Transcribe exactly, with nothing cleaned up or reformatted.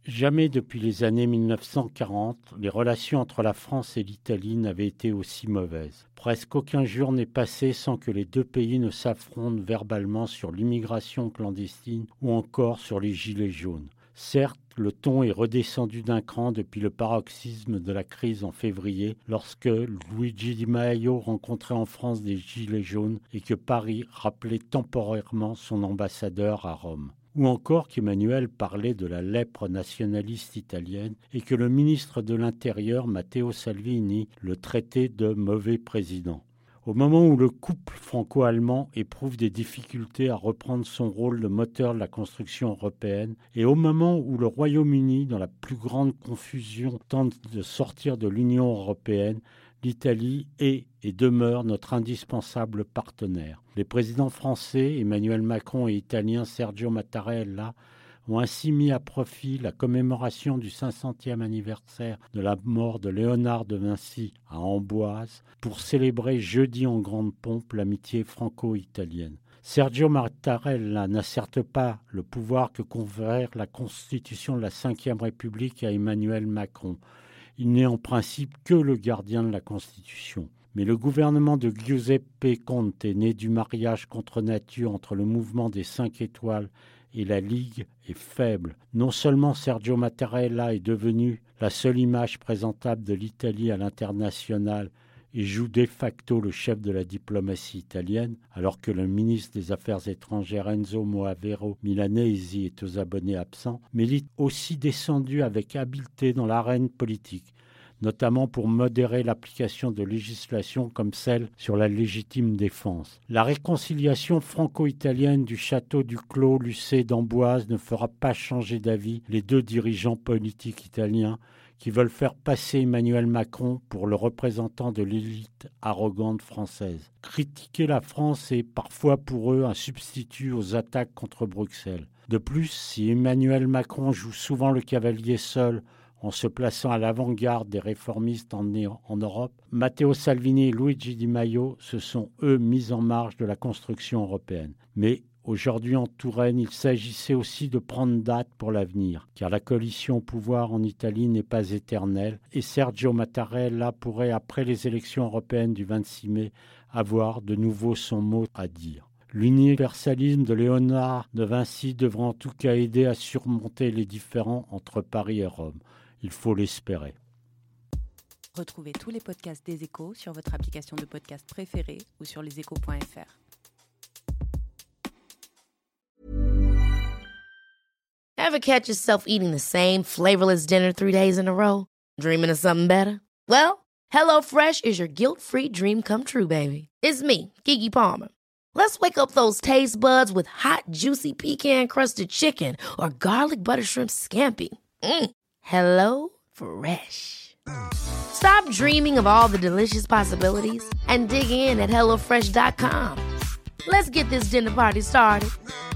Jamais depuis les années mille neuf cent quarante, les relations entre la France et l'Italie n'avaient été aussi mauvaises. Presque aucun jour n'est passé sans que les deux pays ne s'affrontent verbalement sur l'immigration clandestine ou encore sur les gilets jaunes. Certes, le ton est redescendu d'un cran depuis le paroxysme de la crise en février, lorsque Luigi Di Maio rencontrait en France des gilets jaunes et que Paris rappelait temporairement son ambassadeur à Rome. Ou encore qu'Emmanuel parlait de la lèpre nationaliste italienne et que le ministre de l'Intérieur, Matteo Salvini, le traitait de mauvais président. Au moment où le couple franco-allemand éprouve des difficultés à reprendre son rôle de moteur de la construction européenne, et au moment où le Royaume-Uni, dans la plus grande confusion, tente de sortir de l'Union européenne, l'Italie est et demeure notre indispensable partenaire. Les présidents français, Emmanuel Macron et italien Sergio Mattarella, ont ainsi mis à profit la commémoration du cinq centième anniversaire de la mort de Léonard de Vinci à Amboise pour célébrer jeudi en grande pompe l'amitié franco-italienne. Sergio Mattarella n'a certes pas le pouvoir que confère la Constitution de la cinquième République à Emmanuel Macron. Il n'est en principe que le gardien de la Constitution. Mais le gouvernement de Giuseppe Conte, né du mariage contre nature entre le mouvement des cinq étoiles et la Ligue, est faible. Non seulement Sergio Mattarella est devenu la seule image présentable de l'Italie à l'international et joue de facto le chef de la diplomatie italienne, alors que le ministre des Affaires étrangères Enzo Moavero Milanesi est aux abonnés absents, mais il est aussi descendu avec habileté dans l'arène politique, notamment pour modérer l'application de législations comme celle sur la légitime défense. La réconciliation franco-italienne du château du Clos Lucé d'Amboise ne fera pas changer d'avis les deux dirigeants politiques italiens qui veulent faire passer Emmanuel Macron pour le représentant de l'élite arrogante française. Critiquer la France est parfois pour eux un substitut aux attaques contre Bruxelles. De plus, si Emmanuel Macron joue souvent le cavalier seul en se plaçant à l'avant-garde des réformistes en, en Europe, Matteo Salvini et Luigi Di Maio se sont, eux, mis en marge de la construction européenne. Mais aujourd'hui en Touraine, il s'agissait aussi de prendre date pour l'avenir, car la coalition au pouvoir en Italie n'est pas éternelle, et Sergio Mattarella pourrait, après les élections européennes du vingt-six mai, avoir de nouveau son mot à dire. L'universalisme de Léonard de Vinci devra en tout cas aider à surmonter les différends entre Paris et Rome. Il faut l'espérer. Retrouvez tous les podcasts des Échos sur votre application de podcast préférée ou sur leséchos point f r. Ever catch yourself eating the same flavorless dinner three days in a row? Dreaming of something better? Well, HelloFresh is your guilt-free dream come true, baby. It's me, Keke Palmer. Let's wake up those taste buds with hot, juicy pecan-crusted chicken or garlic butter shrimp scampi. Mm. Hello Fresh. Stop dreaming of all the delicious possibilities and dig in at hello fresh dot com. Let's get this dinner party started.